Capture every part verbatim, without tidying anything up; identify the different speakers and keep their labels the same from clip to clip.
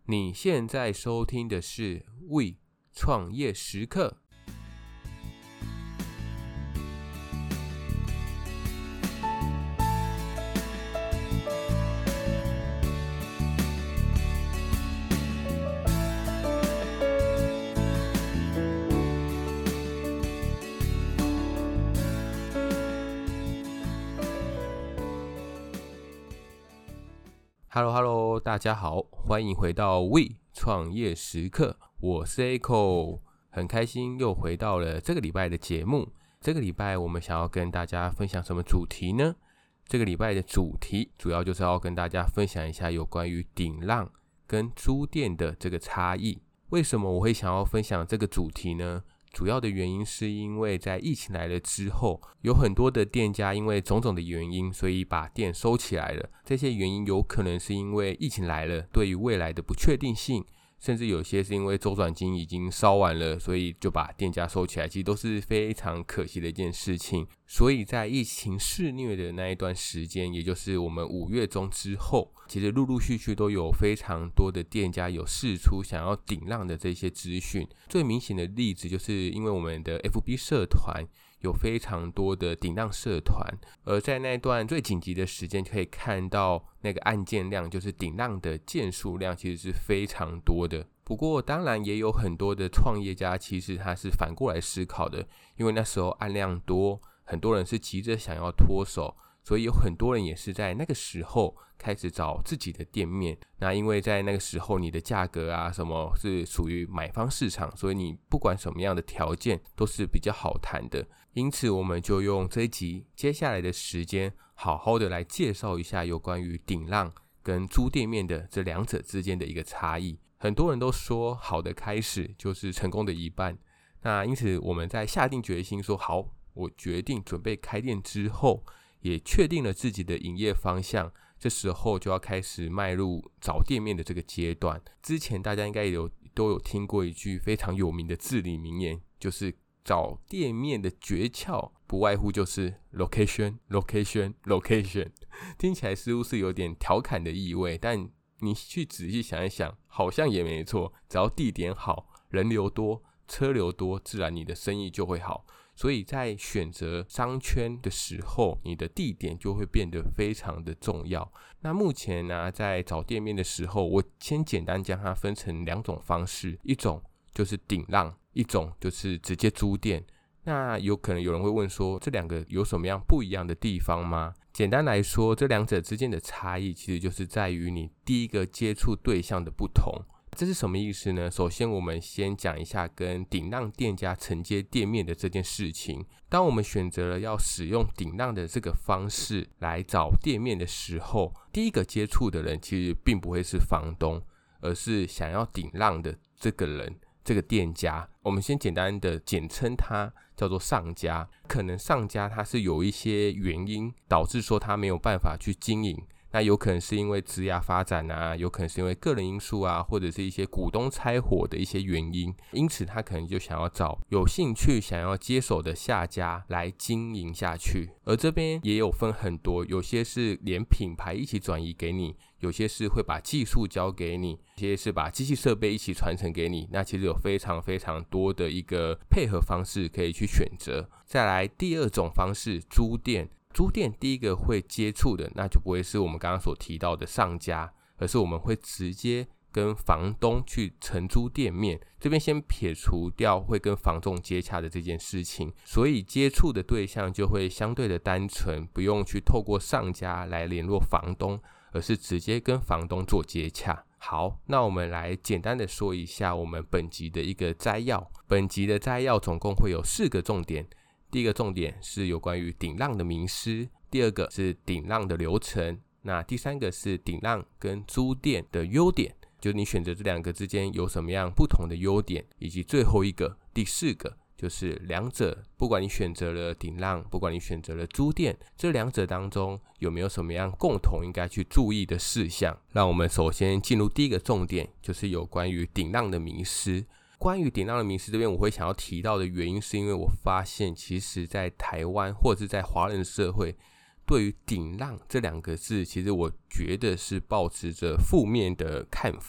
Speaker 1: 你现在收听的是 We 创业时刻。Hello Hello， 大家好，欢迎回到 We 创业时刻，我是 Echo， 很开心又回到了这个礼拜的节目。这个礼拜我们想要跟大家分享什么主题呢？这个礼拜的主题主要就是要跟大家分享一下有关于顶浪跟租店的这个差异。为什么我会想要分享这个主题呢？主要的原因是因为在疫情来了之后，有很多的店家因为种种的原因，所以把店收起来了。这些原因有可能是因为疫情来了，对于未来的不确定性，甚至有些是因为周转金已经烧完了，所以就把店家收起来，其实都是非常可惜的一件事情。所以在疫情肆虐的那一段时间，也就是我们五月中之后，其实陆陆续续都有非常多的店家有释出想要顶浪的这些资讯。最明显的例子就是因为我们的 F B 社团有非常多的顶浪社团，而在那段最紧急的时间，可以看到那个案件量，就是顶浪的件数量其实是非常多的。不过当然也有很多的创业家其实他是反过来思考的，因为那时候案量多，很多人是急着想要脱手，所以有很多人也是在那个时候开始找自己的店面。那因为在那个时候你的价格啊什么是属于买方市场，所以你不管什么样的条件都是比较好谈的。因此我们就用这一集接下来的时间好好的来介绍一下有关于顶浪跟租店面的这两者之间的一个差异。很多人都说好的开始就是成功的一半，那因此我们在下定决心说好，我决定准备开店之后，也确定了自己的营业方向，这时候就要开始迈入找店面的这个阶段。之前大家应该有都有听过一句非常有名的至理名言，就是找店面的诀窍不外乎就是 location location location， 听起来似乎是有点调侃的意味，但你去仔细想一想，好像也没错，只要地点好，人流多，车流多，自然你的生意就会好。所以在选择商圈的时候，你的地点就会变得非常的重要。那目前呢、啊，在找店面的时候，我先简单将它分成两种方式，一种就是顶浪，一种就是直接租店。那有可能有人会问说，这两个有什么样不一样的地方吗？简单来说，这两者之间的差异其实就是在于你第一个接触对象的不同。这是什么意思呢？首先我们先讲一下跟顶浪店家承接店面的这件事情。当我们选择了要使用顶浪的这个方式来找店面的时候，第一个接触的人其实并不会是房东，而是想要顶浪的这个人，这个店家。我们先简单的简称它叫做上家。可能上家他是有一些原因导致说他没有办法去经营，那有可能是因为职涯发展啊，有可能是因为个人因素啊，或者是一些股东拆伙的一些原因，因此他可能就想要找有兴趣想要接手的下家来经营下去。而这边也有分很多，有些是连品牌一起转移给你，有些是会把技术交给你，有些是把机器设备一起传承给你。那其实有非常非常多的一个配合方式可以去选择。再来第二种方式，租店。租店第一个会接触的，那就不会是我们刚刚所提到的上家，而是我们会直接跟房东去承租店面。这边先撇除掉会跟房仲接洽的这件事情，所以接触的对象就会相对的单纯，不用去透过上家来联络房东，而是直接跟房东做接洽。好，那我们来简单的说一下我们本集的一个摘要。本集的摘要总共会有四个重点。第一个重点是有关于顶浪的名师，第二个是顶浪的流程，那第三个是顶浪跟租店的优点，就是你选择这两个之间有什么样不同的优点，以及最后一个第四个就是两者，不管你选择了顶浪，不管你选择了租店，这两者当中有没有什么样共同应该去注意的事项。让我们首先进入第一个重点，就是有关于顶浪的名师。关于顶浪的名师这边我会想要提到的原因，是因为我发现其实在台湾或者是在华人社会，对于顶浪这两个字，其实我觉得是抱持着负面的看法。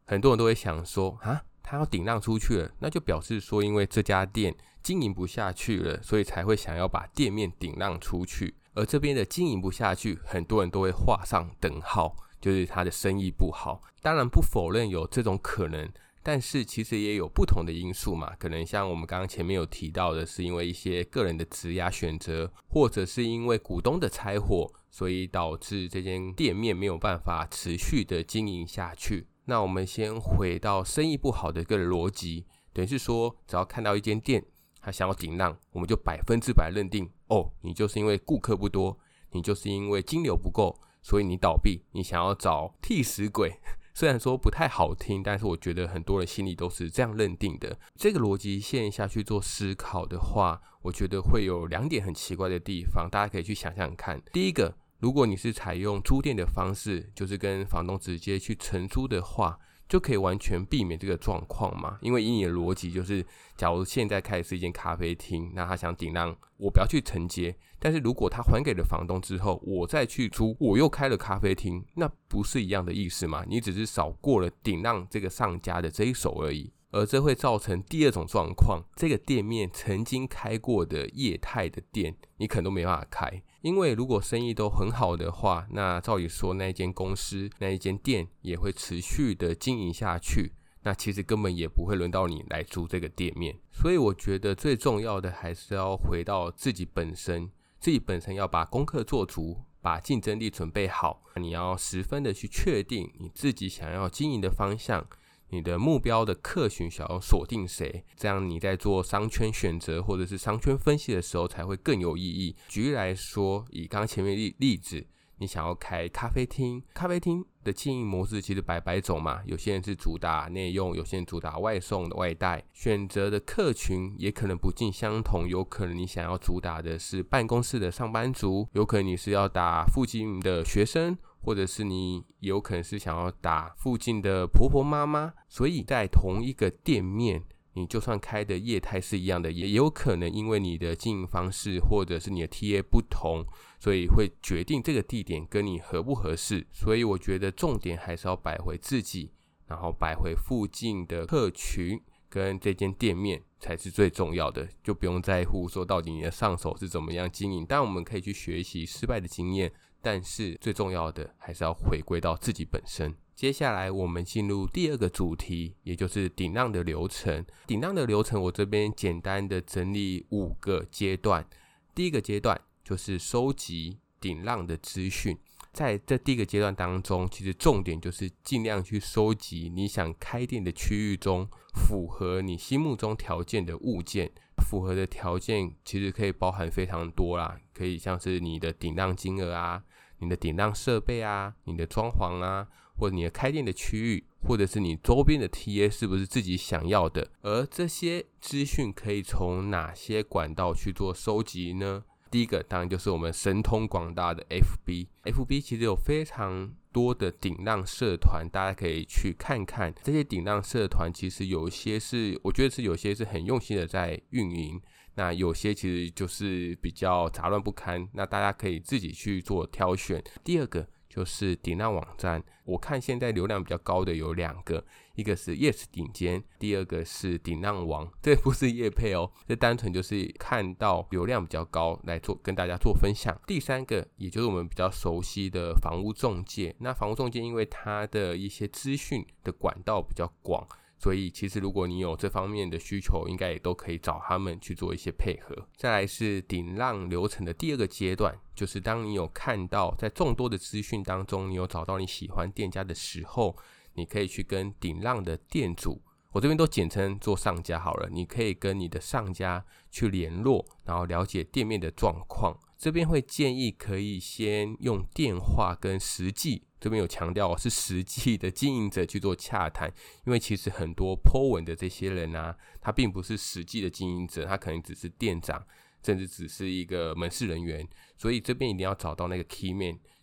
Speaker 1: 很多人都会想说啊，他要顶让出去了，那就表示说因为这家店经营不下去了，所以才会想要把店面顶让出去。而这边的经营不下去，很多人都会画上等号，就是他的生意不好。当然不否认有这种可能，但是其实也有不同的因素嘛，可能像我们刚刚前面有提到的，是因为一些个人的职涯选择，或者是因为股东的拆伙，所以导致这间店面没有办法持续的经营下去。那我们先回到生意不好的一个逻辑，等于是说只要看到一间店他想要顶让，我们就百分之百认定，哦，你就是因为顾客不多，你就是因为金流不够，所以你倒闭，你想要找替死鬼。虽然说不太好听，但是我觉得很多人心里都是这样认定的。这个逻辑线下去做思考的话，我觉得会有两点很奇怪的地方，大家可以去想想看。第一个，如果你是采用租店的方式，就是跟房东直接去承租的话，就可以完全避免这个状况嘛。因为以你的逻辑就是，假如现在开的是一间咖啡厅，那他想顶让我不要去承接，但是如果他还给了房东之后，我再去租，我又开了咖啡厅，那不是一样的意思吗？你只是少过了顶让这个上家的这一手而已。而这会造成第二种状况，这个店面曾经开过的业态的店，你可能都没办法开。因为如果生意都很好的话，那照理说那一间公司那一间店也会持续的经营下去，那其实根本也不会轮到你来租这个店面。所以我觉得最重要的还是要回到自己本身，自己本身要把功课做足，把竞争力准备好，你要十分的去确定你自己想要经营的方向，你的目标的客群想要锁定谁，这样你在做商圈选择或者是商圈分析的时候才会更有意义。举例来说，以刚刚前面的例子，你想要开咖啡厅，咖啡厅的经营模式其实百百种嘛，有些人是主打内用，有些人主打外送的外带，选择的客群也可能不尽相同，有可能你想要主打的是办公室的上班族，有可能你是要打附近的学生，或者是你有可能是想要打附近的婆婆妈妈。所以在同一个店面，你就算开的业态是一样的，也有可能因为你的经营方式或者是你的 T A 不同，所以会决定这个地点跟你合不合适。所以我觉得重点还是要摆回自己，然后摆回附近的客群跟这间店面才是最重要的，就不用在乎说到底你的上手是怎么样经营。当然我们可以去学习失败的经验，但是最重要的还是要回归到自己本身。接下来我们进入第二个主题，也就是顶让的流程。顶让的流程我这边简单的整理五个阶段。第一个阶段就是收集顶让的资讯，在这第一个阶段当中，其实重点就是尽量去收集你想开店的区域中符合你心目中条件的物件。符合的条件其实可以包含非常多啦，可以像是你的顶让金额啊，你的顶让设备啊，你的装潢啊，或者你的开店的区域，或者是你周边的 T A 是不是自己想要的。而这些资讯可以从哪些管道去做收集呢？第一个当然就是我们神通广大的 F B。 F B 其实有非常多的顶让社团，大家可以去看看。这些顶让社团其实有些是我觉得是有些是很用心的在运营，那有些其实就是比较杂乱不堪，那大家可以自己去做挑选。第二个就是顶让网站，我看现在流量比较高的有两个，一个是 Yes 顶尖，第二个是顶让王。这不是业配哦，这单纯就是看到流量比较高来做跟大家做分享。第三个也就是我们比较熟悉的房屋仲介，那房屋仲介因为它的一些资讯的管道比较广，所以其实如果你有这方面的需求，应该也都可以找他们去做一些配合。再来是顶让流程的第二个阶段，就是当你有看到在众多的资讯当中，你有找到你喜欢店家的时候，你可以去跟顶让的店主，我这边都简称做上家好了，你可以跟你的上家去联络，然后了解店面的状况。这边会建议可以先用电话跟实际，这边有强调是实际的经营者去做洽谈，因为其实很多 po 文的这些人啊，他并不是实际的经营者，他可能只是店长，甚至只是一个门市人员，所以这边一定要找到那个 key man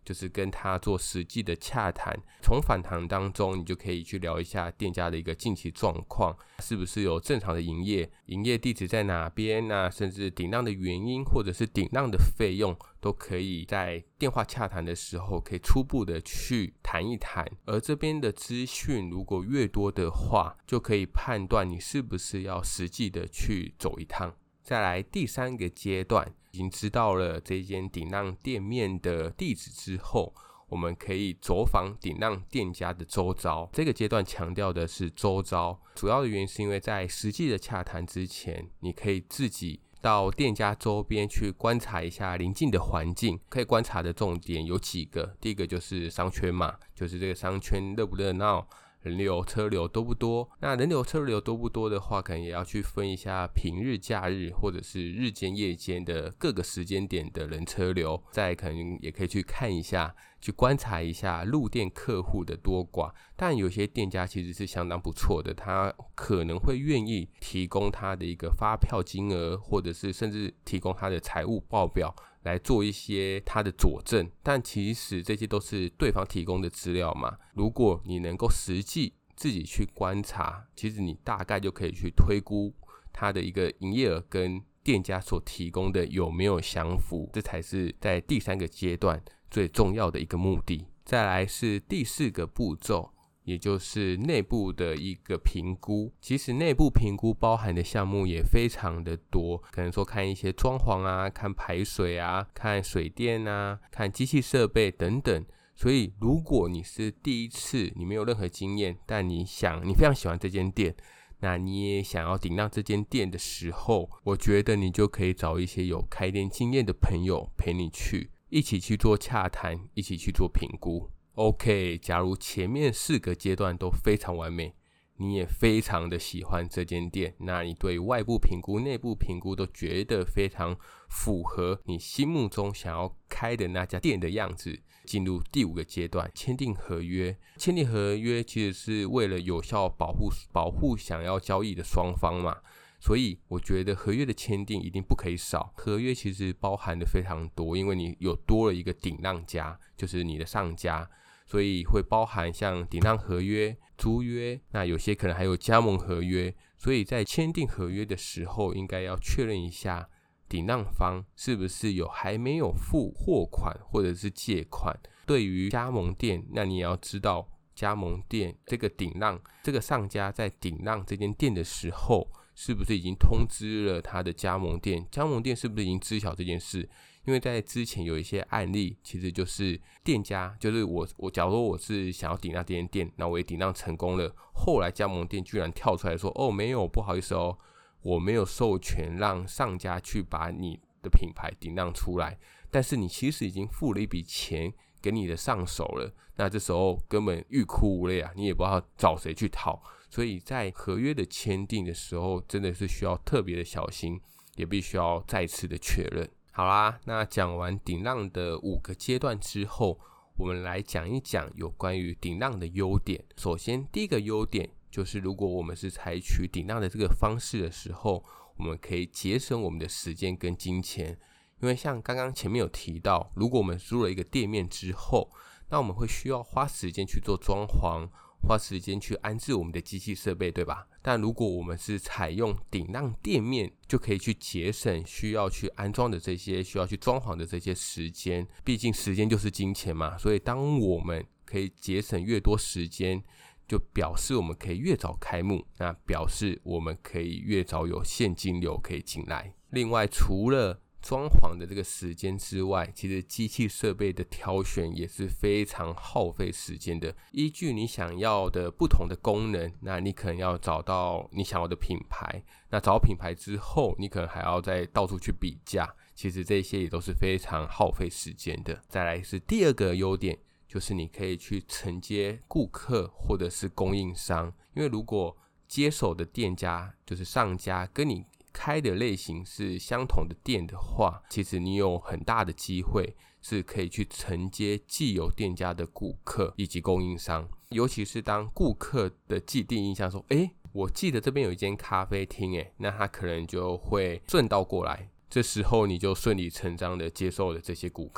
Speaker 1: 就是跟他做实际的洽谈。从访谈当中，你就可以去聊一下店家的一个近期状况，是不是有正常的营业，营业地址在哪边，那甚至顶让的原因或者是顶让的费用，都可以在电话洽谈的时候可以初步的去谈一谈。而这边的资讯如果越多的话，就可以判断你是不是要实际的去走一趟。再来第三个阶段，已经知道了这间顶让店面的地址之后，我们可以走访顶让店家的周遭。这个阶段强调的是周遭，主要的原因是因为在实际的洽谈之前，你可以自己到店家周边去观察一下邻近的环境。可以观察的重点有几个，第一个就是商圈嘛，就是这个商圈热不热闹，人流车流多不多。那人流车流多不多的话，可能也要去分一下平日假日或者是日间夜间的各个时间点的人车流。再可能也可以去看一下，去观察一下入店客户的多寡。但有些店家其实是相当不错的，他可能会愿意提供他的一个发票金额，或者是甚至提供他的财务报表来做一些他的佐证，但其实这些都是对方提供的资料嘛。如果你能够实际自己去观察，其实你大概就可以去推估他的一个营业额跟店家所提供的有没有相符，这才是在第三个阶段最重要的一个目的。再来是第四个步骤，也就是内部的一个评估。其实内部评估包含的项目也非常的多，可能说看一些装潢啊，看排水啊，看水电啊，看机器设备等等。所以如果你是第一次，你没有任何经验，但你想你非常喜欢这间店，那你也想要顶让这间店的时候，我觉得你就可以找一些有开店经验的朋友陪你去，一起去做洽谈，一起去做评估。OK， 假如前面四个阶段都非常完美，你也非常的喜欢这间店，那你对外部评估、内部评估都觉得非常符合你心目中想要开的那家店的样子，进入第五个阶段，签订合约。签订合约其实是为了有效保护保护想要交易的双方嘛，所以我觉得合约的签订一定不可以少。合约其实包含的非常多，因为你有多了一个顶让家，就是你的上家，所以会包含像顶让合约、租约，那有些可能还有加盟合约。所以在签订合约的时候，应该要确认一下顶让方是不是有还没有付货款或者是借款。对于加盟店，那你也要知道加盟店这个顶让这个上家在顶让这间店的时候，是不是已经通知了他的加盟店，加盟店是不是已经知晓这件事。因为在之前有一些案例，其实就是店家，就是我我假如我是想要顶让这间店，那我也顶让成功了，后来加盟店居然跳出来说，哦没有，不好意思哦，我没有授权让上家去把你的品牌顶让出来，但是你其实已经付了一笔钱给你的上手了，那这时候根本欲哭无泪啊，你也不知道找谁去讨。所以在合约的签订的时候，真的是需要特别的小心，也必须要再次的确认。好啦，那讲完顶让的五个阶段之后，我们来讲一讲有关于顶让的优点。首先第一个优点就是如果我们是采取顶让的这个方式的时候，我们可以节省我们的时间跟金钱。因为像刚刚前面有提到，如果我们租了一个店面之后，那我们会需要花时间去做装潢，花时间去安置我们的机器设备，对吧？但如果我们是采用顶让店面，就可以去节省需要去安装的这些需要去装潢的这些时间，毕竟时间就是金钱嘛。所以当我们可以节省越多时间，就表示我们可以越早开幕，那表示我们可以越早有现金流可以进来。另外除了装潢的这个时间之外，其实机器设备的挑选也是非常耗费时间的。依据你想要的不同的功能，那你可能要找到你想要的品牌，那找品牌之后，你可能还要再到处去比价，其实这些也都是非常耗费时间的。再来是第二个优点，就是你可以去承接顾客或者是供应商，因为如果接手的店家就是上家跟你开的类型是相同的店的话，其实你有很大的机会是可以去承接既有店家的顾客以及供应商。尤其是当顾客的既定印象说，诶，我记得这边有一间咖啡厅，诶，那他可能就会顺道过来，这时候你就顺理成章的接受了这些顾客。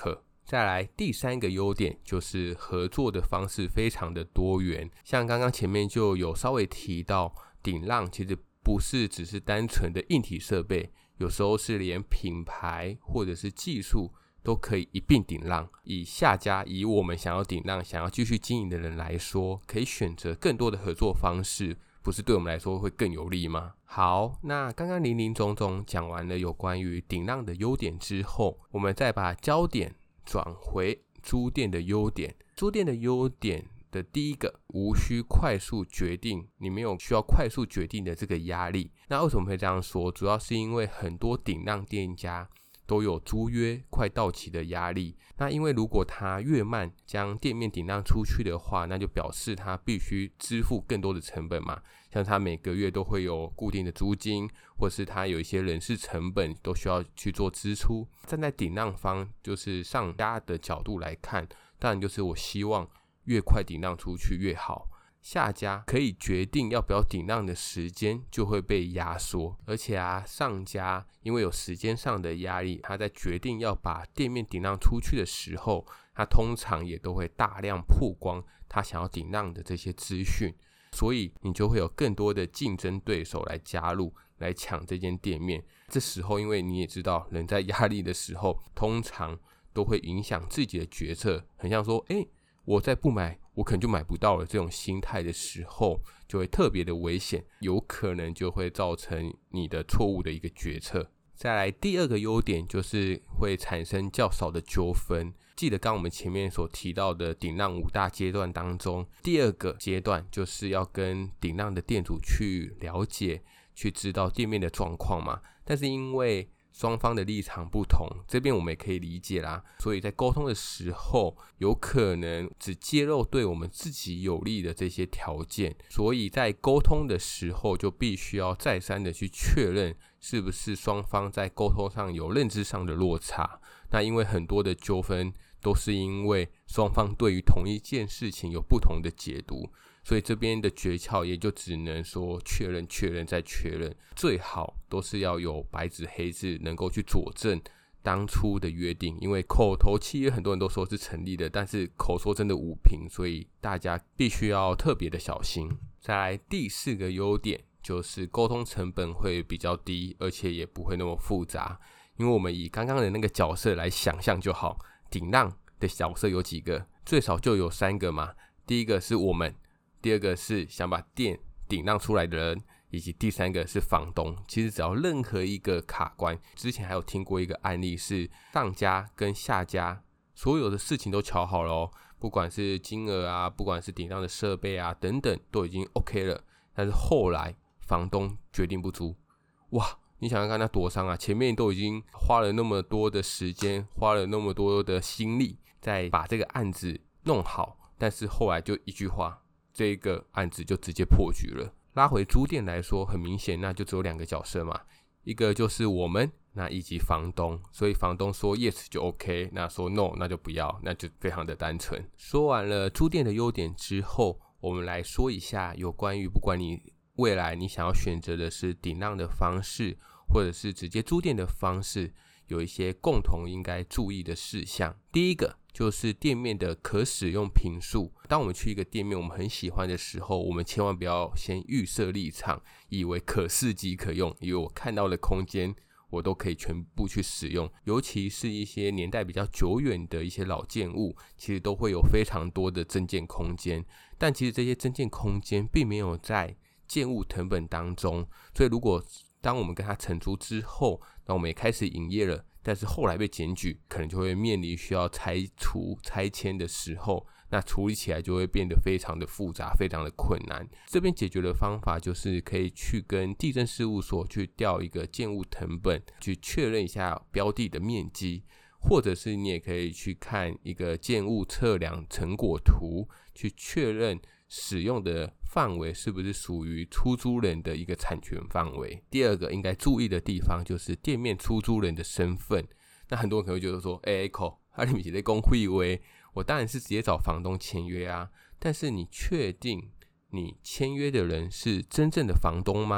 Speaker 1: 再来第三个优点就是合作的方式非常的多元，像刚刚前面就有稍微提到，顶浪其实不是只是单纯的硬体设备，有时候是连品牌或者是技术都可以一并顶浪。以下家以我们想要顶浪想要继续经营的人来说，可以选择更多的合作方式，不是对我们来说会更有利吗？好，那刚刚林林总总讲完了有关于顶浪的优点之后，我们再把焦点转回租店的优点。租店的优点的第一个，无需快速决定，你没有需要快速决定的这个压力。那为什么会这样说？主要是因为很多顶浪店家都有租约快到期的压力。那因为如果他越慢将店面顶浪出去的话，那就表示他必须支付更多的成本嘛，像他每个月都会有固定的租金，或是他有一些人事成本都需要去做支出。站在顶浪方就是上家的角度来看，当然就是我希望越快顶浪出去越好，下家可以决定要不要顶浪的时间就会被压缩。而且啊，上家因为有时间上的压力，他在决定要把店面顶浪出去的时候，他通常也都会大量曝光他想要顶浪的这些资讯，所以你就会有更多的竞争对手来加入来抢这间店面。这时候因为你也知道，人在压力的时候通常都会影响自己的决策，很像说诶我再不买我可能就买不到了，这种心态的时候就会特别的危险，有可能就会造成你的错误的一个决策。再来第二个优点就是会产生较少的纠纷。记得刚我们前面所提到的顶浪五大阶段当中，第二个阶段就是要跟顶浪的店主去了解，去知道店面的状况嘛。但是因为双方的立场不同，这边我们也可以理解啦，所以在沟通的时候有可能只揭露对我们自己有利的这些条件，所以在沟通的时候就必须要再三的去确认是不是双方在沟通上有认知上的落差。那因为很多的纠纷都是因为双方对于同一件事情有不同的解读，所以这边的诀窍也就只能说确认确认再确认，最好都是要有白纸黑字能够去佐证当初的约定。因为口头契约很多人都说是成立的，但是口说真的无凭，所以大家必须要特别的小心。再来第四个优点就是沟通成本会比较低，而且也不会那么复杂。因为我们以刚刚的那个角色来想象就好，顶浪的角色有几个？最少就有三个嘛。第一个是我们，第二个是想把店顶浪出来的人，以及第三个是房东。其实只要任何一个卡关，之前还有听过一个案例是上家跟下家所有的事情都瞧好了哦，不管是金额啊，不管是顶浪的设备啊等等都已经 OK 了，但是后来房东决定不租，哇！你想想看他多伤啊，前面都已经花了那么多的时间，花了那么多的心力再把这个案子弄好，但是后来就一句话，这个案子就直接破局了。拉回租店来说，很明显那就只有两个角色嘛，一个就是我们，那以及房东。所以房东说 yes 就 OK， 那说 no 那就不要，那就非常的单纯。说完了租店的优点之后，我们来说一下有关于不管你未来你想要选择的是顶浪的方式，或者是直接租店的方式，有一些共同应该注意的事项。第一个就是店面的可使用坪数。当我们去一个店面我们很喜欢的时候，我们千万不要先预设立场，以为可视即可用，以为我看到的空间我都可以全部去使用。尤其是一些年代比较久远的一些老建物，其实都会有非常多的增建空间，但其实这些增建空间并没有在建物誊本当中，所以如果当我们跟他承租之后，那我们也开始营业了，但是后来被检举，可能就会面临需要拆除拆迁的时候，那处理起来就会变得非常的复杂，非常的困难。这边解决的方法就是可以去跟地政事务所去调一个建物誊本，去确认一下标的的面积，或者是你也可以去看一个建物测量成果图，去确认使用的范围是不是属于出租人的一个产权范围。第二个应该注意的地方就是店面出租人的身份。那很多人可能会觉得说，哎、欸、，Echo， 啊，你们是在讲废话，我当然是直接找房东签约啊。但是你确定你签约的人是真正的房东吗？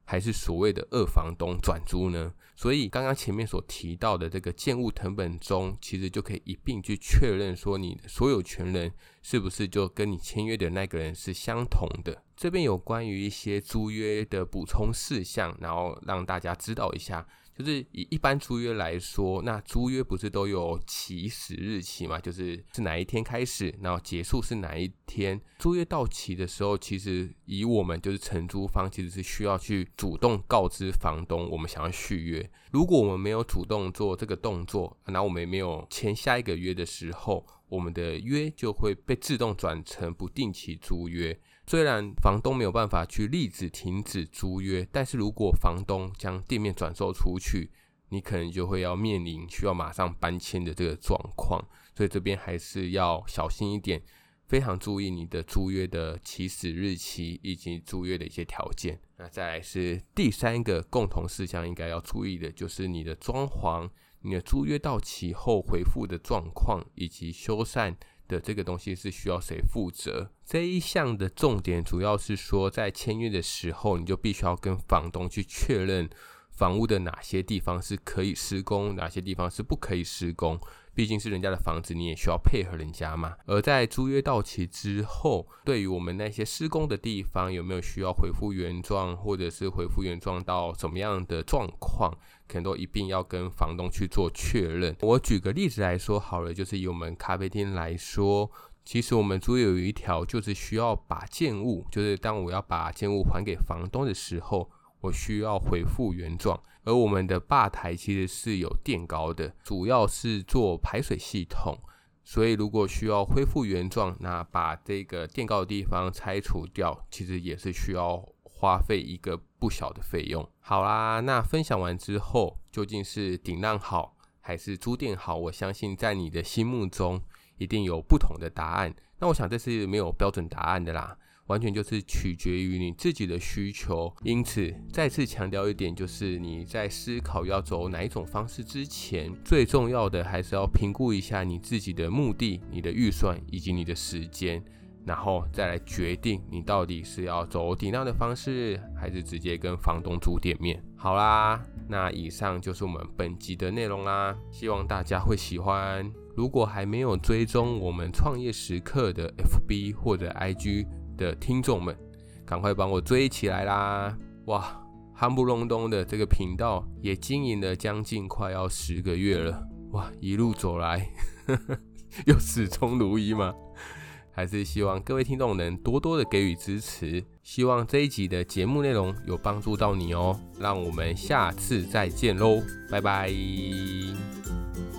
Speaker 1: 还是所谓的二房东转租呢？所以刚刚前面所提到的这个建物誊本中，其实就可以一并去确认说你的所有权人是不是就跟你签约的那个人是相同的。这边有关于一些租约的补充事项，然后让大家知道一下。就是以一般租约来说，那租约不是都有起始日期嘛？就是是哪一天开始，然后结束是哪一天。租约到期的时候，其实以我们就是承租方，其实是需要去主动告知房东我们想要续约。如果我们没有主动做这个动作，然后我们也没有签下一个约的时候，我们的约就会被自动转成不定期租约。虽然房东没有办法去立即停止租约，但是如果房东将店面转售出去，你可能就会要面临需要马上搬迁的这个状况，所以这边还是要小心一点，非常注意你的租约的起始日期以及租约的一些条件。那再来是第三个共同事项应该要注意的，就是你的装潢、你的租约到期后回复的状况以及修缮的这个东西是需要谁负责。这一项的重点主要是说，在签约的时候，你就必须要跟房东去确认房屋的哪些地方是可以施工，哪些地方是不可以施工，毕竟是人家的房子，你也需要配合人家嘛。而在租约到期之后，对于我们那些施工的地方有没有需要恢复原状，或者是恢复原状到什么样的状况，可能都一并要跟房东去做确认。我举个例子来说好了，就是以我们咖啡厅来说，其实我们租约有一条就是需要把建物，就是当我要把建物还给房东的时候，我需要恢复原状。而我们的吧台其实是有垫高的，主要是做排水系统，所以如果需要恢复原状，那把这个垫高的地方拆除掉，其实也是需要花费一个不小的费用。好啦，那分享完之后，究竟是顶让好还是租店好，我相信在你的心目中一定有不同的答案。那我想这是没有标准答案的啦，完全就是取决于你自己的需求。因此再次强调一点，就是你在思考要走哪一种方式之前，最重要的还是要评估一下你自己的目的、你的预算以及你的时间，然后再来决定你到底是要走顶让的方式，还是直接跟房东租店面。好啦，那以上就是我们本集的内容啦，希望大家会喜欢。如果还没有追踪我们创业时刻的 F B 或者 I G 的听众们，赶快帮我追起来啦！哇，夯不隆咚的这个频道也经营了将近快要十个月了，哇，一路走来呵呵又始终如一吗？还是希望各位听众能多多的给予支持，希望这一集的节目内容有帮助到你哦，让我们下次再见喽，拜拜。